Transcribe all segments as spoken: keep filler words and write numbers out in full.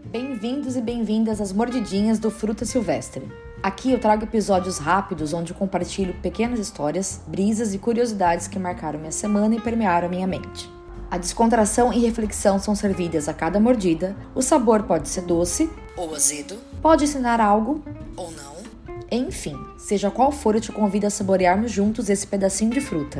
Bem-vindos e bem-vindas às Mordidinhas do Fruta Silvestre. Aqui eu trago episódios rápidos onde eu compartilho pequenas histórias, brisas e curiosidades que marcaram minha semana e permearam minha mente. A descontração e reflexão são servidas a cada mordida, o sabor pode ser doce ou azedo, pode ensinar algo ou não. Enfim, seja qual for, eu te convido a saborearmos juntos esse pedacinho de fruta.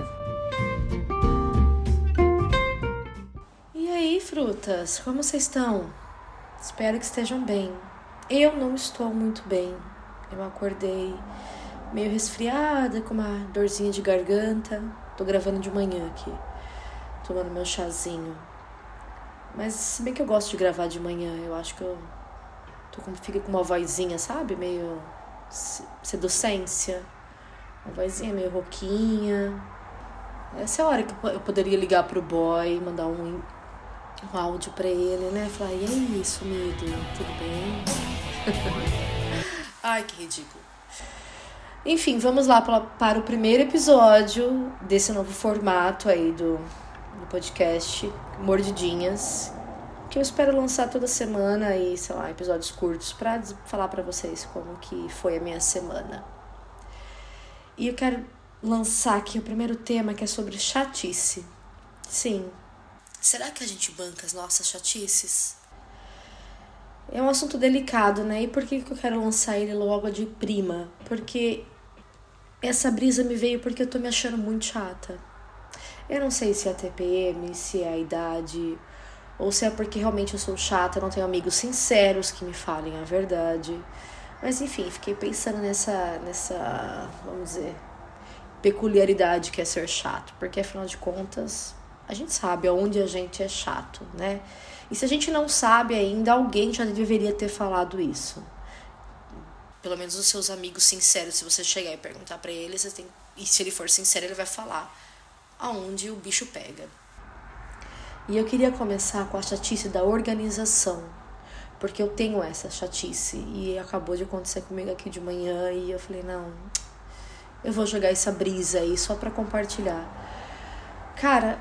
E aí, frutas, como vocês estão? Espero que estejam bem. Eu não estou muito bem. Eu acordei meio resfriada, com uma dorzinha de garganta. Tô gravando de manhã aqui, tomando meu chazinho. Mas se bem que eu gosto de gravar de manhã, eu acho que eu tô com, fico com uma vozinha, sabe? Meio seducência. Uma vozinha meio rouquinha. Essa é a hora que eu poderia ligar pro boy, mandar um, um áudio pra ele, né? Falar, e aí, sumido, tudo bem? Ai, que ridículo. Enfim, vamos lá para, para o primeiro episódio desse novo formato aí do, do podcast Mordidinhas, que eu espero lançar toda semana e, sei lá, episódios curtos para falar para vocês como que foi a minha semana. E eu quero lançar aqui o primeiro tema, que é sobre chatice. Sim. Será que a gente banca as nossas chatices? É um assunto delicado, né? E por que que eu quero lançar ele logo de prima? Porque essa brisa me veio porque eu tô me achando muito chata. Eu não sei se é a T P M, se é a idade, ou se é porque realmente eu sou chata, não tenho amigos sinceros que me falem a verdade. Mas enfim, fiquei pensando nessa, nessa, vamos dizer, peculiaridade que é ser chato. Porque afinal de contas, a gente sabe aonde a gente é chato, né? E se a gente não sabe ainda, alguém já deveria ter falado isso. Pelo menos os seus amigos sinceros, se você chegar e perguntar pra ele, você tem... e se ele for sincero, ele vai falar aonde o bicho pega. E eu queria começar com a chatice da organização, porque eu tenho essa chatice e acabou de acontecer comigo aqui de manhã e eu falei, não, eu vou jogar essa brisa aí só pra compartilhar. Cara,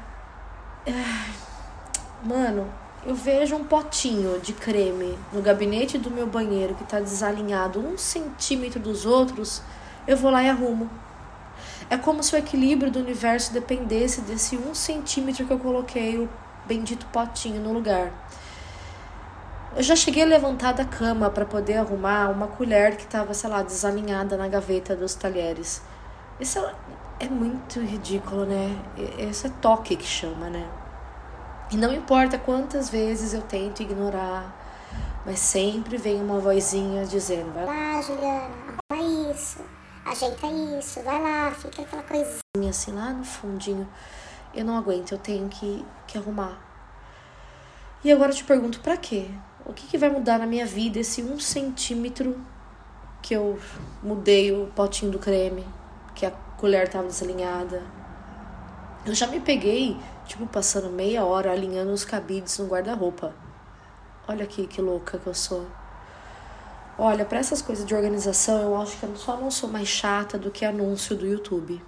mano, eu vejo um potinho de creme no gabinete do meu banheiro que tá desalinhado um centímetro dos outros, eu vou lá e arrumo. É como se o equilíbrio do universo dependesse desse um centímetro que eu coloquei o bendito potinho no lugar. Eu já cheguei a levantar da cama para poder arrumar uma colher que tava, sei lá, desalinhada na gaveta dos talheres. Isso é muito ridículo, né? Isso é toque que chama, né? E não importa quantas vezes eu tento ignorar, mas sempre vem uma vozinha dizendo, vai lá, Juliana, arruma isso, ajeita isso, vai lá, fica aquela coisinha assim lá no fundinho. Eu não aguento, eu tenho que, que arrumar. E agora eu te pergunto, pra quê? O que, que vai mudar na minha vida esse um centímetro que eu mudei o potinho do creme, que a colher tava desalinhada? Eu já me peguei, tipo, passando meia hora alinhando os cabides no guarda-roupa. Olha aqui que louca que eu sou. Olha, pra essas coisas de organização, eu acho que eu só não sou mais chata do que anúncio do YouTube.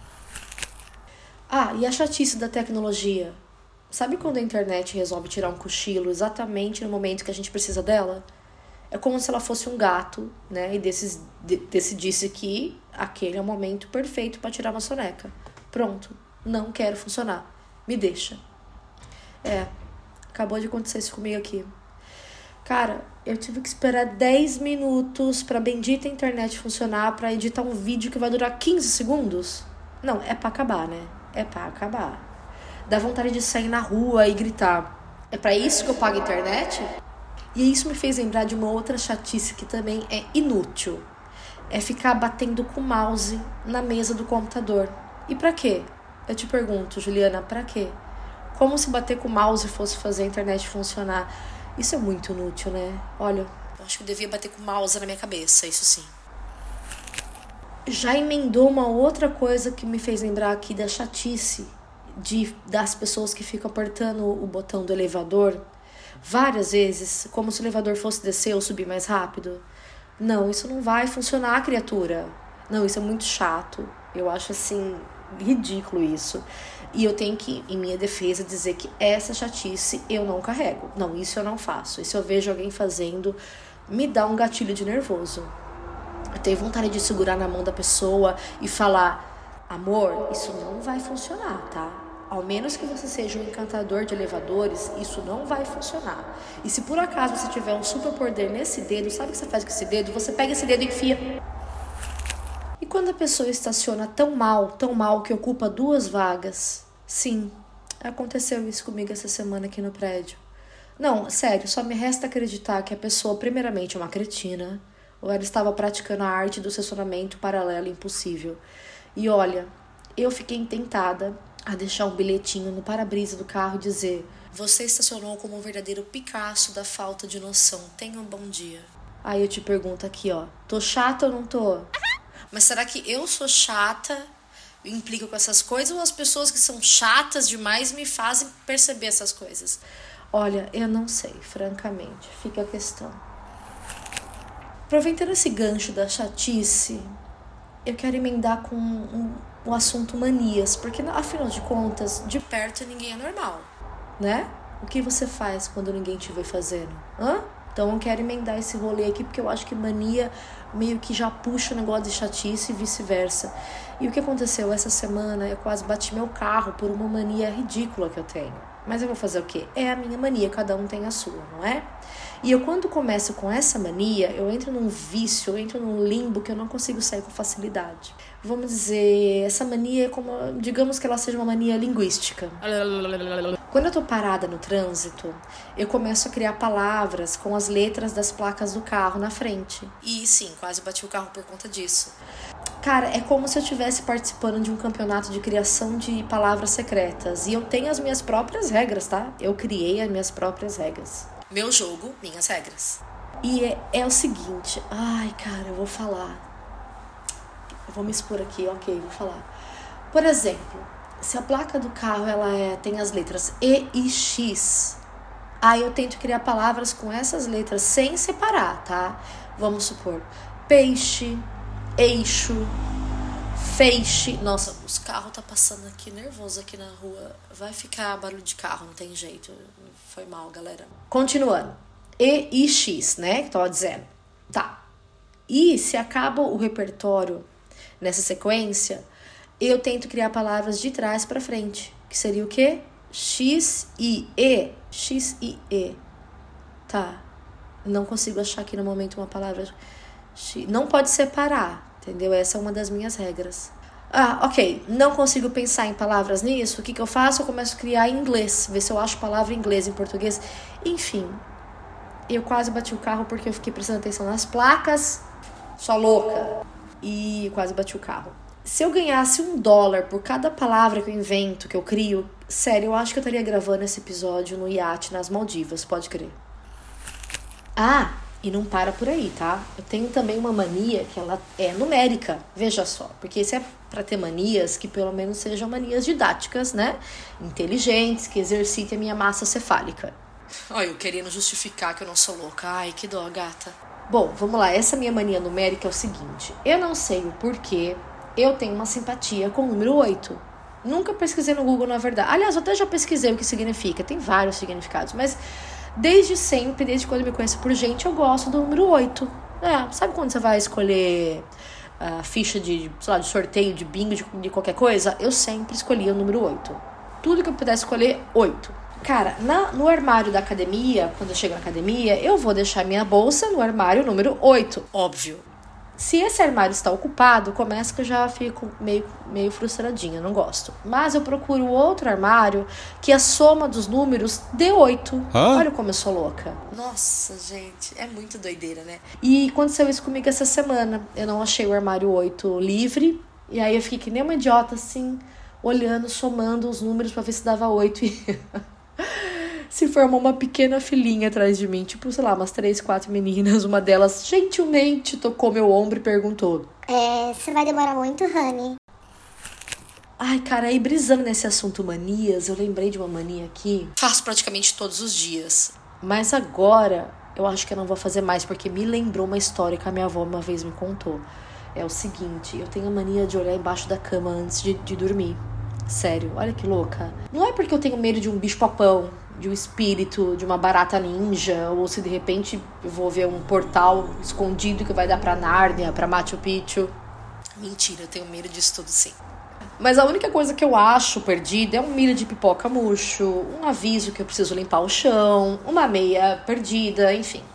Ah, e a chatice da tecnologia? Sabe quando a internet resolve tirar um cochilo exatamente no momento que a gente precisa dela? É como se ela fosse um gato, né? E desses, de, decidisse que aquele é o momento perfeito para tirar uma soneca. Pronto. Não quero funcionar. Me deixa. É, acabou de acontecer isso comigo aqui. Cara, eu tive que esperar dez minutos pra bendita internet funcionar pra editar um vídeo que vai durar quinze segundos. Não, é pra acabar, né? É pra acabar. Dá vontade de sair na rua e gritar. É pra isso que eu pago a internet? E isso me fez lembrar de uma outra chatice que também é inútil. É ficar batendo com o mouse na mesa do computador. E pra quê? Eu te pergunto, Juliana, pra quê? Como se bater com o mouse fosse fazer a internet funcionar? Isso é muito inútil, né? Olha, eu acho que eu devia bater com o mouse na minha cabeça, isso sim. Já emendou uma outra coisa que me fez lembrar aqui da chatice de, das pessoas que ficam apertando o botão do elevador várias vezes, como se o elevador fosse descer ou subir mais rápido. Não, isso não vai funcionar, criatura. Não, isso é muito chato. Eu acho assim... ridículo isso. E eu tenho que, em minha defesa, dizer que essa chatice eu não carrego. Não, isso eu não faço. E se eu vejo alguém fazendo, me dá um gatilho de nervoso. Eu tenho vontade de segurar na mão da pessoa e falar: amor, isso não vai funcionar, tá? Ao menos que você seja um encantador de elevadores, isso não vai funcionar. E se por acaso você tiver um superpoder nesse dedo, sabe o que você faz com esse dedo? Você pega esse dedo e enfia. E quando a pessoa estaciona tão mal, tão mal que ocupa duas vagas? Sim, aconteceu isso comigo essa semana aqui no prédio. Não, sério, só me resta acreditar que a pessoa primeiramente é uma cretina, ou ela estava praticando a arte do estacionamento paralelo impossível. E olha, eu fiquei tentada a deixar um bilhetinho no para-brisa do carro e dizer: você estacionou como um verdadeiro Picasso da falta de noção, tenha um bom dia. Aí eu te pergunto aqui, ó, tô chata ou não tô? Mas será que eu sou chata, implico com essas coisas, ou as pessoas que são chatas demais me fazem perceber essas coisas? Olha, eu não sei, francamente, fica a questão. Aproveitando esse gancho da chatice, eu quero emendar com um, o assunto manias, porque afinal de contas, de perto ninguém é normal, né? O que você faz quando ninguém te vê fazendo? Hã? Então eu quero emendar esse rolê aqui, porque eu acho que mania meio que já puxa o negócio de chatice e vice-versa. E o que aconteceu essa semana, eu quase bati meu carro por uma mania ridícula que eu tenho. Mas eu vou fazer o quê? É a minha mania, cada um tem a sua, não é? E eu, quando começo com essa mania, eu entro num vício, eu entro num limbo que eu não consigo sair com facilidade. Vamos dizer, essa mania é como, digamos que ela seja uma mania linguística. Quando eu tô parada no trânsito, eu começo a criar palavras com as letras das placas do carro na frente. E sim, quase bati o carro por conta disso. Cara, é como se eu estivesse participando de um campeonato de criação de palavras secretas. E eu tenho as minhas próprias regras, tá? Eu criei as minhas próprias regras. Meu jogo, minhas regras. E é, é o seguinte... Ai, cara, eu vou falar. Eu vou me expor aqui, ok, vou falar. Por exemplo, se a placa do carro ela é, tem as letras E e X, aí eu tento criar palavras com essas letras sem separar, tá? Vamos supor, peixe, eixo, feixe. Nossa, os carros tá passando aqui nervoso aqui na rua. Vai ficar barulho de carro, não tem jeito. Foi mal, galera. Continuando. E e X, né? Que tava dizendo. Tá. E se acaba o repertório nessa sequência, eu tento criar palavras de trás pra frente. Que seria o quê? X e E. X e E. Tá. Não consigo achar aqui no momento uma palavra... Não pode separar, entendeu? Essa é uma das minhas regras. Ah, ok. Não consigo pensar em palavras nisso. O que, que eu faço? Eu começo a criar em inglês. Ver se eu acho palavra em inglês, em português. Enfim. Eu quase bati o carro porque eu fiquei prestando atenção nas placas. Só louca. E quase bati o carro. Se eu ganhasse um dólar por cada palavra que eu invento, que eu crio... Sério, eu acho que eu estaria gravando esse episódio no iate nas Maldivas. Pode crer. Ah... E não para por aí, tá? Eu tenho também uma mania que ela é numérica, veja só. Porque isso é pra ter manias que pelo menos sejam manias didáticas, né? Inteligentes, que exercitem a minha massa cefálica. Olha, eu querendo justificar que eu não sou louca. Ai, que dó, gata. Bom, vamos lá. Essa minha mania numérica é o seguinte. Eu não sei o porquê eu tenho uma simpatia com o número oito. Nunca pesquisei no Google, na verdade. Aliás, eu até já pesquisei o que significa. Tem vários significados, mas... Desde sempre, desde quando eu me conheço por gente, eu gosto do número oito. É, sabe quando você vai escolher a ficha de, sei lá, de sorteio, de bingo, de, de qualquer coisa? Eu sempre escolhia o número oito. Tudo que eu pudesse escolher, oito. Cara, na, no armário da academia, quando eu chego na academia, eu vou deixar minha bolsa no armário número oito. Óbvio. Se esse armário está ocupado, começa que eu já fico meio, meio frustradinha, não gosto. Mas eu procuro outro armário que a soma dos números dê oito. Hã? Olha como eu sou louca. Nossa, gente, é muito doideira, né? E aconteceu isso comigo essa semana. Eu não achei o armário oito livre. E aí eu fiquei que nem uma idiota, assim, olhando, somando os números pra ver se dava oito. E se formou uma pequena filhinha atrás de mim. Tipo, sei lá, umas três, quatro meninas. Uma delas gentilmente tocou meu ombro e perguntou: É, você vai demorar muito, honey? Ai, cara, aí brisando nesse assunto manias, eu lembrei de uma mania aqui. Faço praticamente todos os dias. Mas agora, eu acho que eu não vou fazer mais, porque me lembrou uma história que a minha avó uma vez me contou. é o seguinte, eu tenho a mania de olhar embaixo da cama antes de, de dormir. Sério, olha que louca. Não é porque eu tenho medo de um bicho-papão, de um espírito, de uma barata ninja, ou se de repente eu vou ver um portal escondido que vai dar pra Nárnia, pra Machu Picchu. Mentira, eu tenho medo disso tudo sim. Mas a única coisa que eu acho perdida é um milho de pipoca murcho, um aviso que eu preciso limpar o chão, uma meia perdida, enfim.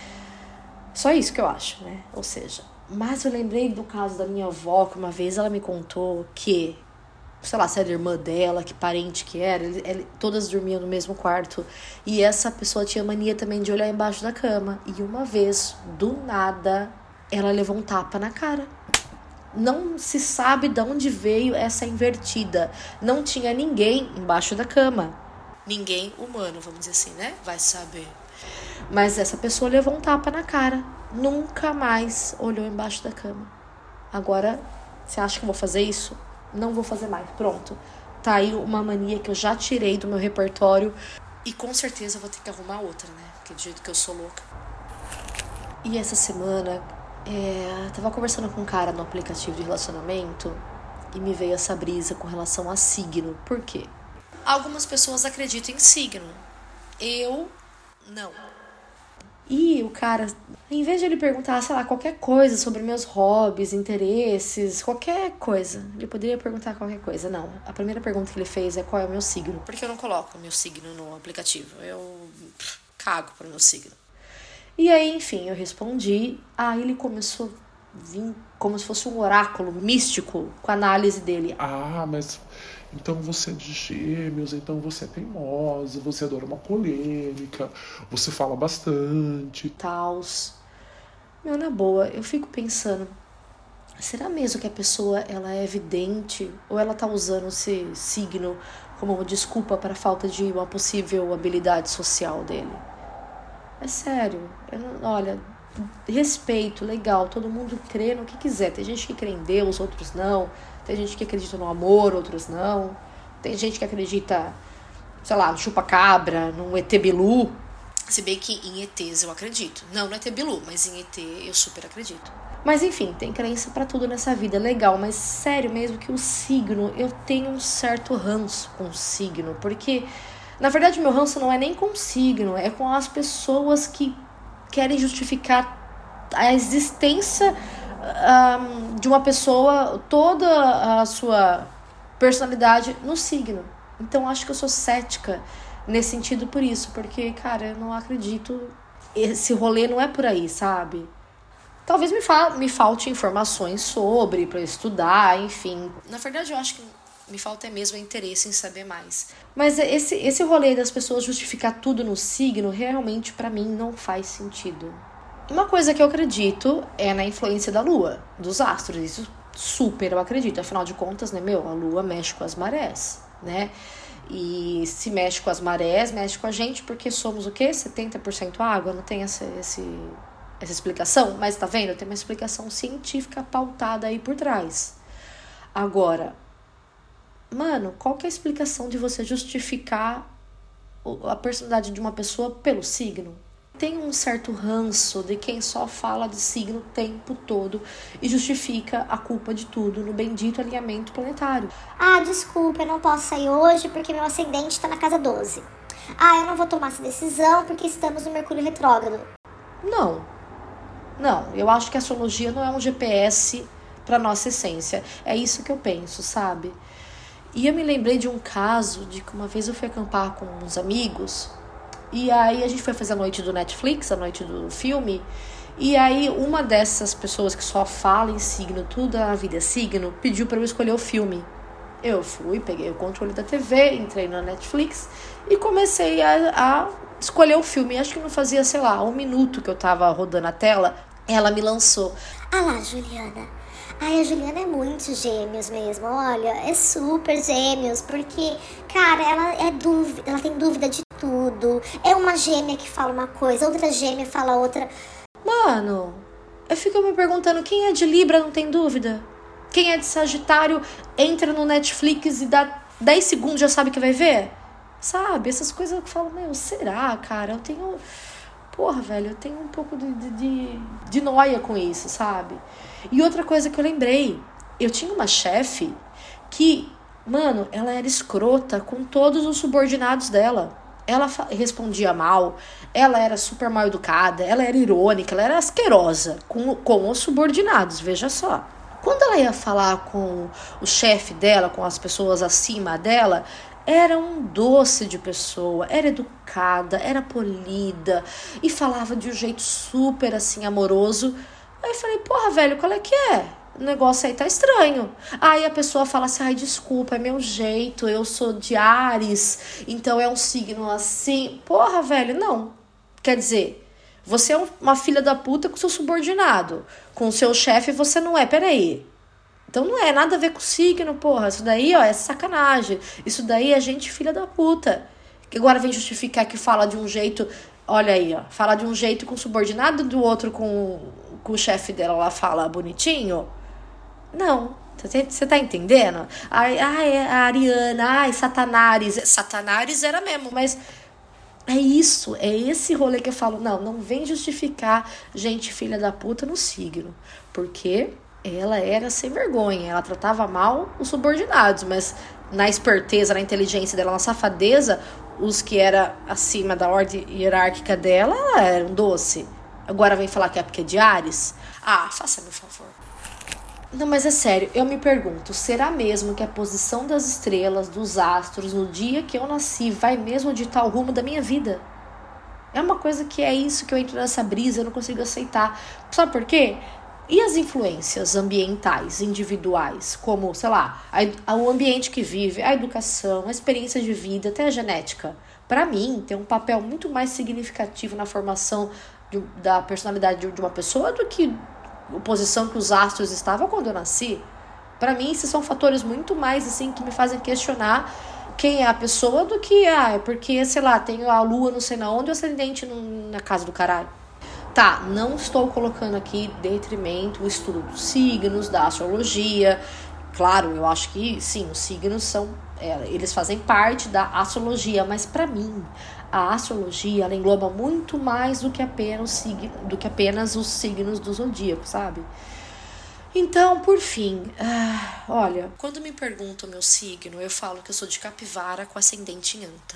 Só isso que eu acho, né? Ou seja, mas eu lembrei do caso da minha avó, que uma vez ela me contou que, sei lá, se era irmã dela, que parente que era, ele, ele, todas dormiam no mesmo quarto. E essa pessoa tinha mania também de olhar embaixo da cama. E uma vez, do nada, ela levou um tapa na cara. Não se sabe de onde veio essa invertida. Não tinha ninguém embaixo da cama. Ninguém humano, vamos dizer assim, né? Vai saber. Mas essa pessoa levou um tapa na cara. Nunca mais olhou embaixo da cama. Agora, você acha que eu vou fazer isso? Não vou fazer mais. Pronto. Tá aí uma mania que eu já tirei do meu repertório. E com certeza eu vou ter que arrumar outra, né? Porque do jeito que eu sou louca. E essa semana, é, tava conversando com um cara no aplicativo de relacionamento e me veio essa brisa com relação a signo. Por quê? Algumas pessoas acreditam em signo. Eu, não. E o cara, em vez de ele perguntar, sei lá, qualquer coisa sobre meus hobbies, interesses, qualquer coisa, ele poderia perguntar qualquer coisa. Não, a primeira pergunta que ele fez é qual é o meu signo. Porque eu não coloco o meu signo no aplicativo. Eu pff, cago pro meu signo. E aí, enfim, eu respondi. Aí ele começou a vir como se fosse um oráculo místico com a análise dele. Ah, mas então você é de gêmeos, então você é teimosa, você adora uma polêmica, você fala bastante. Tals. Meu, na boa, eu fico pensando, será mesmo que a pessoa ela é evidente ou ela tá usando esse signo como uma desculpa para a falta de uma possível habilidade social dele? É sério, eu não, olha, respeito, legal, todo mundo crê no que quiser. Tem gente que crê em Deus, outros não. Tem gente que acredita no amor, outros não. Tem gente que acredita, sei lá, no chupa-cabra, num E T Bilu. Se bem que em E Tês eu acredito. Não no E T Bilu, mas em E T eu super acredito. Mas enfim, tem crença pra tudo nessa vida, legal. Mas sério mesmo que o signo, eu tenho um certo ranço com o signo. Porque, na verdade, o meu ranço não é nem com o signo, é com as pessoas que querem justificar a existência um, de uma pessoa, toda a sua personalidade no signo. Então acho que eu sou cética nesse sentido por isso, porque, cara, eu não acredito, esse rolê não é por aí, sabe? Talvez me, fa- me falte informações sobre, pra eu estudar, enfim. Na verdade, eu acho que me falta mesmo interesse em saber mais. Mas esse, esse rolê das pessoas justificar tudo no signo, realmente, pra mim, não faz sentido. Uma coisa que eu acredito é na influência da lua, dos astros. Isso super eu acredito. Afinal de contas, né, meu, a lua mexe com as marés, né? E se mexe com as marés, mexe com a gente, porque somos o quê? setenta por cento água? Não tem essa, esse, essa explicação? Mas tá vendo? Tem uma explicação científica pautada aí por trás. Agora, mano, qual que é a explicação de você justificar a personalidade de uma pessoa pelo signo? Tem um certo ranço de quem só fala de signo o tempo todo e justifica a culpa de tudo no bendito alinhamento planetário. Ah, desculpa, eu não posso sair hoje porque meu ascendente está na casa doze. Ah, eu não vou tomar essa decisão porque estamos no Mercúrio retrógrado. Não. Não, eu acho que a astrologia não é um G P S para nossa essência. É isso que eu penso, sabe? E eu me lembrei de um caso de que uma vez eu fui acampar com uns amigos. E aí a gente foi fazer a noite do Netflix, a noite do filme. E aí uma dessas pessoas que só fala em signo, tudo na vida é signo, pediu pra eu escolher o filme. Eu fui, peguei o controle da T V, entrei na Netflix e comecei a, a escolher o filme. Acho que não fazia, sei lá, um minuto que eu tava rodando a tela, ela me lançou. Ah lá, Juliana. Ai, a Juliana é muito gêmeos mesmo, olha, é super gêmeos, porque, cara, ela é dúvida, ela tem dúvida de tudo. É uma gêmea que fala uma coisa, outra gêmea fala outra. Mano, eu fico me perguntando, quem é de Libra não tem dúvida? Quem é de Sagitário entra no Netflix e dá dez segundos já sabe que vai ver? Sabe, essas coisas que eu falo, meu, será, cara? Eu tenho... porra, velho, eu tenho um pouco de, de, de, de noia com isso, sabe? E outra coisa que eu lembrei, eu tinha uma chefe que, mano, ela era escrota com todos os subordinados dela. Ela respondia mal, ela era super mal educada, ela era irônica, ela era asquerosa com, com os subordinados, veja só. Quando ela ia falar com o chefe dela, com as pessoas acima dela, era um doce de pessoa, era educada, era polida e falava de um jeito super assim amoroso. Aí eu falei, porra, velho, qual é que é? O negócio aí tá estranho. Aí a pessoa fala assim, ai, desculpa, é meu jeito, eu sou de Áries, então é um signo assim. Porra, velho, não. Quer dizer, você é uma filha da puta com seu subordinado. Com o seu chefe você não é, peraí. Então não é nada a ver com signo, porra. Isso daí, ó, é sacanagem. Isso daí é gente filha da puta. Que agora vem justificar que fala de um jeito... Olha aí, ó. Fala de um jeito com o subordinado, do outro com, com o chefe dela. Ela fala bonitinho. Não. Você tá entendendo? Ai, ai, a Ariana, ai, Satanares. Satanares era mesmo, mas... É isso, é esse rolê que eu falo. Não, não vem justificar gente filha da puta no signo. Porque... ela era sem vergonha, ela tratava mal os subordinados, mas na esperteza, na inteligência dela, na safadeza, os que eram acima da ordem hierárquica dela, ela era um doce. Agora vem falar que é porque é de Áries? Ah, faça-me um favor. Não, mas é sério, eu me pergunto, será mesmo que a posição das estrelas, dos astros, no dia que eu nasci, vai mesmo ditar o rumo da minha vida? É uma coisa que é isso que eu entro nessa brisa, eu não consigo aceitar. Sabe por quê? E as influências ambientais, individuais, como, sei lá, a, a, o ambiente que vive, a educação, a experiência de vida, até a genética, para mim, tem um papel muito mais significativo na formação de, da personalidade de, de uma pessoa do que a posição que os astros estavam quando eu nasci. Para mim, esses são fatores muito mais, assim, que me fazem questionar quem é a pessoa do que, ah, é porque, sei lá, tem a lua não sei na onde e o ascendente no, na casa do caralho. Tá, não estou colocando aqui detrimento o estudo dos signos, da astrologia. Claro, eu acho que sim, os signos são, é, eles fazem parte da astrologia, mas para mim a astrologia ela engloba muito mais do que apenas, signo, do que apenas os signos do zodíaco, sabe? Então, por fim, ah, olha, quando me perguntam o meu signo, eu falo que eu sou de capivara com ascendente em anta.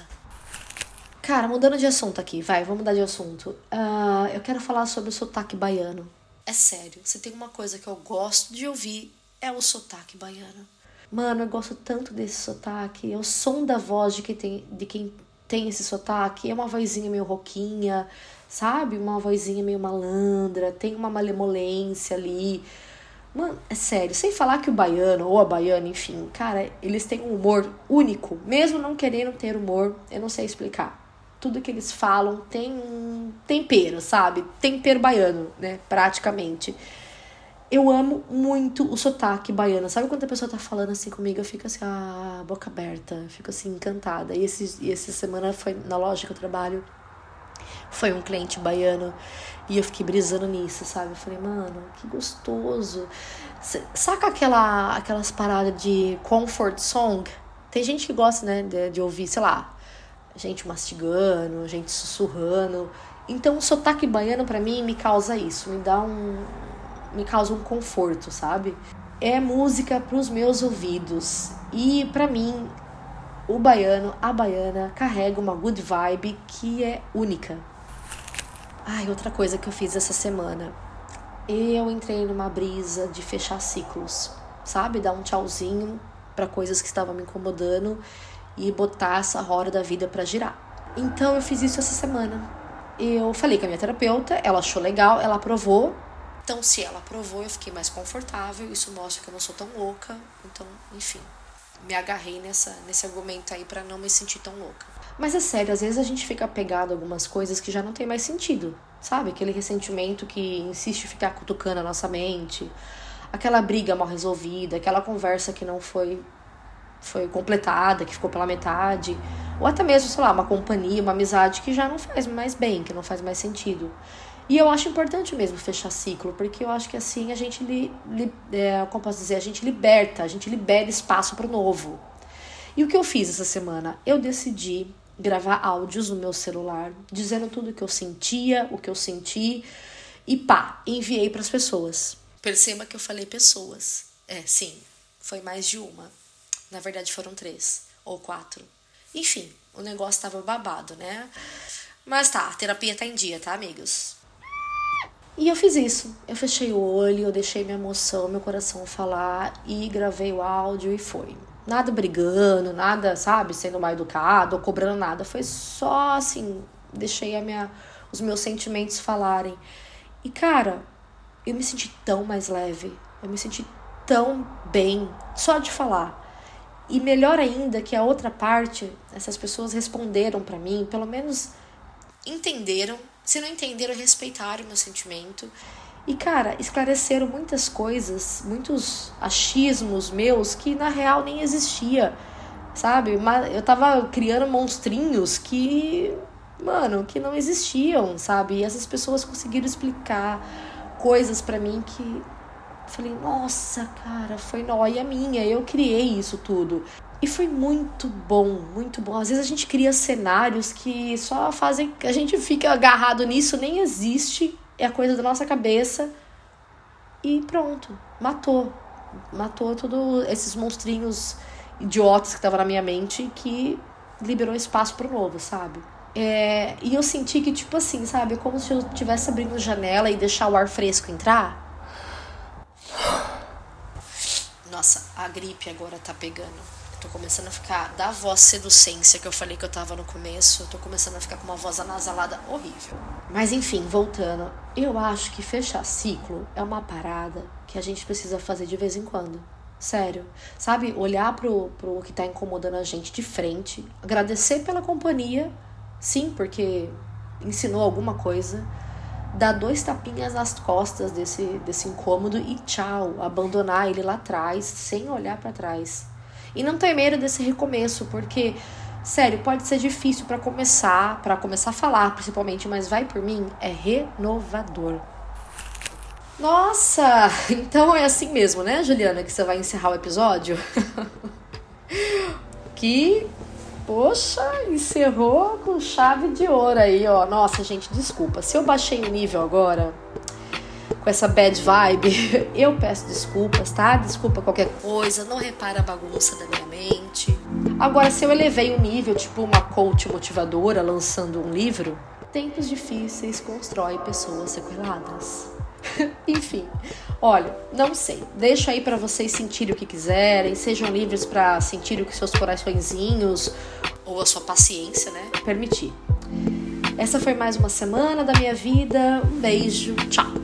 Cara, mudando de assunto aqui, vai, vamos mudar de assunto. Uh, eu quero falar sobre o sotaque baiano. É sério, se tem uma coisa que eu gosto de ouvir, é o sotaque baiano. Mano, eu gosto tanto desse sotaque. É o som da voz de quem tem, de quem tem esse sotaque. É uma vozinha meio rouquinha, sabe? Uma vozinha meio malandra, tem uma malemolência ali. Mano, é sério, sem falar que o baiano ou a baiana, enfim, cara, eles têm um humor único. Mesmo não querendo ter humor, eu não sei explicar. Tudo que eles falam tem um tempero, sabe? Tempero baiano, né? Praticamente. Eu amo muito o sotaque baiano. Sabe quando a pessoa tá falando assim comigo, eu fico assim, ah, boca aberta. Eu fico assim, encantada. E, esse, e essa semana foi na loja que eu trabalho. Foi um cliente baiano. E eu fiquei brisando nisso, sabe? Eu falei, mano, que gostoso. Saca aquela, aquelas paradas de comfort song? Tem gente que gosta, né? De, de ouvir, sei lá, gente mastigando, gente sussurrando. Então o sotaque baiano pra mim me causa isso, me dá um me causa um conforto, sabe? É música pros meus ouvidos. E pra mim o baiano, a baiana carrega uma good vibe que é única. Ai, outra coisa que eu fiz essa semana, eu entrei numa brisa de fechar ciclos, sabe? Dar um tchauzinho pra coisas que estavam me incomodando e botar essa roda da vida pra girar. Então eu fiz isso essa semana. Eu falei com a minha terapeuta, ela achou legal, ela aprovou. Então se ela aprovou, eu fiquei mais confortável. Isso mostra que eu não sou tão louca. Então, enfim, me agarrei nessa, nesse argumento aí pra não me sentir tão louca. Mas é sério, às vezes a gente fica apegado a algumas coisas que já não tem mais sentido, sabe? Aquele ressentimento que insiste em ficar cutucando a nossa mente, aquela briga mal resolvida, aquela conversa que não foi foi completada, que ficou pela metade, ou até mesmo, sei lá, uma companhia, uma amizade que já não faz mais bem, que não faz mais sentido. E eu acho importante mesmo fechar ciclo, porque eu acho que assim a gente, li, li, é, como posso dizer, a gente liberta, a gente libera espaço para o novo. E o que eu fiz essa semana? Eu decidi gravar áudios no meu celular, dizendo tudo o que eu sentia, o que eu senti, e pá, enviei para as pessoas. Perceba que eu falei pessoas. É, sim, foi mais de uma. Na verdade foram três ou quatro. Enfim, o negócio tava babado, né? Mas tá, a terapia tá em dia, tá, amigos? E eu fiz isso. Eu fechei o olho, eu deixei minha emoção, meu coração falar e gravei o áudio e foi. Nada brigando, nada, sabe, sendo mal educado ou cobrando nada. Foi só assim, deixei a minha, os meus sentimentos falarem. E cara, eu me senti tão mais leve. Eu me senti tão bem só de falar. E melhor ainda que a outra parte, essas pessoas responderam pra mim, pelo menos entenderam. Se não entenderam, respeitaram o meu sentimento. E, cara, esclareceram muitas coisas, muitos achismos meus que, na real, nem existia, sabe? Eu tava criando monstrinhos que, mano, que não existiam, sabe? E essas pessoas conseguiram explicar coisas pra mim que... eu falei, nossa, cara, foi nóia minha, eu criei isso tudo. E foi muito bom, muito bom. Às vezes a gente cria cenários que só fazem... a gente fica agarrado nisso, nem existe... é a coisa da nossa cabeça e pronto, matou. Matou todos esses monstrinhos idiotas que estavam na minha mente que liberou espaço pro novo, sabe? É, e eu senti que, tipo assim, sabe? Como se eu estivesse abrindo janela e deixar o ar fresco entrar. Nossa, a gripe agora tá pegando. Tô começando a ficar, da voz seducência que eu falei que eu tava no começo, eu tô começando a ficar com uma voz anasalada horrível. Mas enfim, voltando, eu acho que fechar ciclo é uma parada que a gente precisa fazer de vez em quando. Sério. Sabe, olhar pro, pro que tá incomodando a gente de frente, agradecer pela companhia, sim, porque ensinou alguma coisa, dar dois tapinhas nas costas desse, desse incômodo e tchau, abandonar ele lá atrás, sem olhar pra trás. E não ter medo desse recomeço, porque, sério, pode ser difícil pra começar, pra começar a falar, principalmente, mas vai por mim, é renovador. Nossa, então é assim mesmo, né, Juliana, que você vai encerrar o episódio? Que, poxa, encerrou com chave de ouro aí, ó. Nossa, gente, desculpa, se eu baixei o nível agora... com essa bad vibe, eu peço desculpas, tá? Desculpa qualquer coisa, não repara a bagunça da minha mente. Agora, se eu elevei o nível, tipo uma coach motivadora lançando um livro, tempos difíceis constrói pessoas sequeladas. Enfim, olha, não sei. Deixo aí pra vocês sentirem o que quiserem, sejam livres pra sentir o que seus coraçõezinhos ou a sua paciência, né, permitir. Essa foi mais uma semana da minha vida. Um beijo, tchau!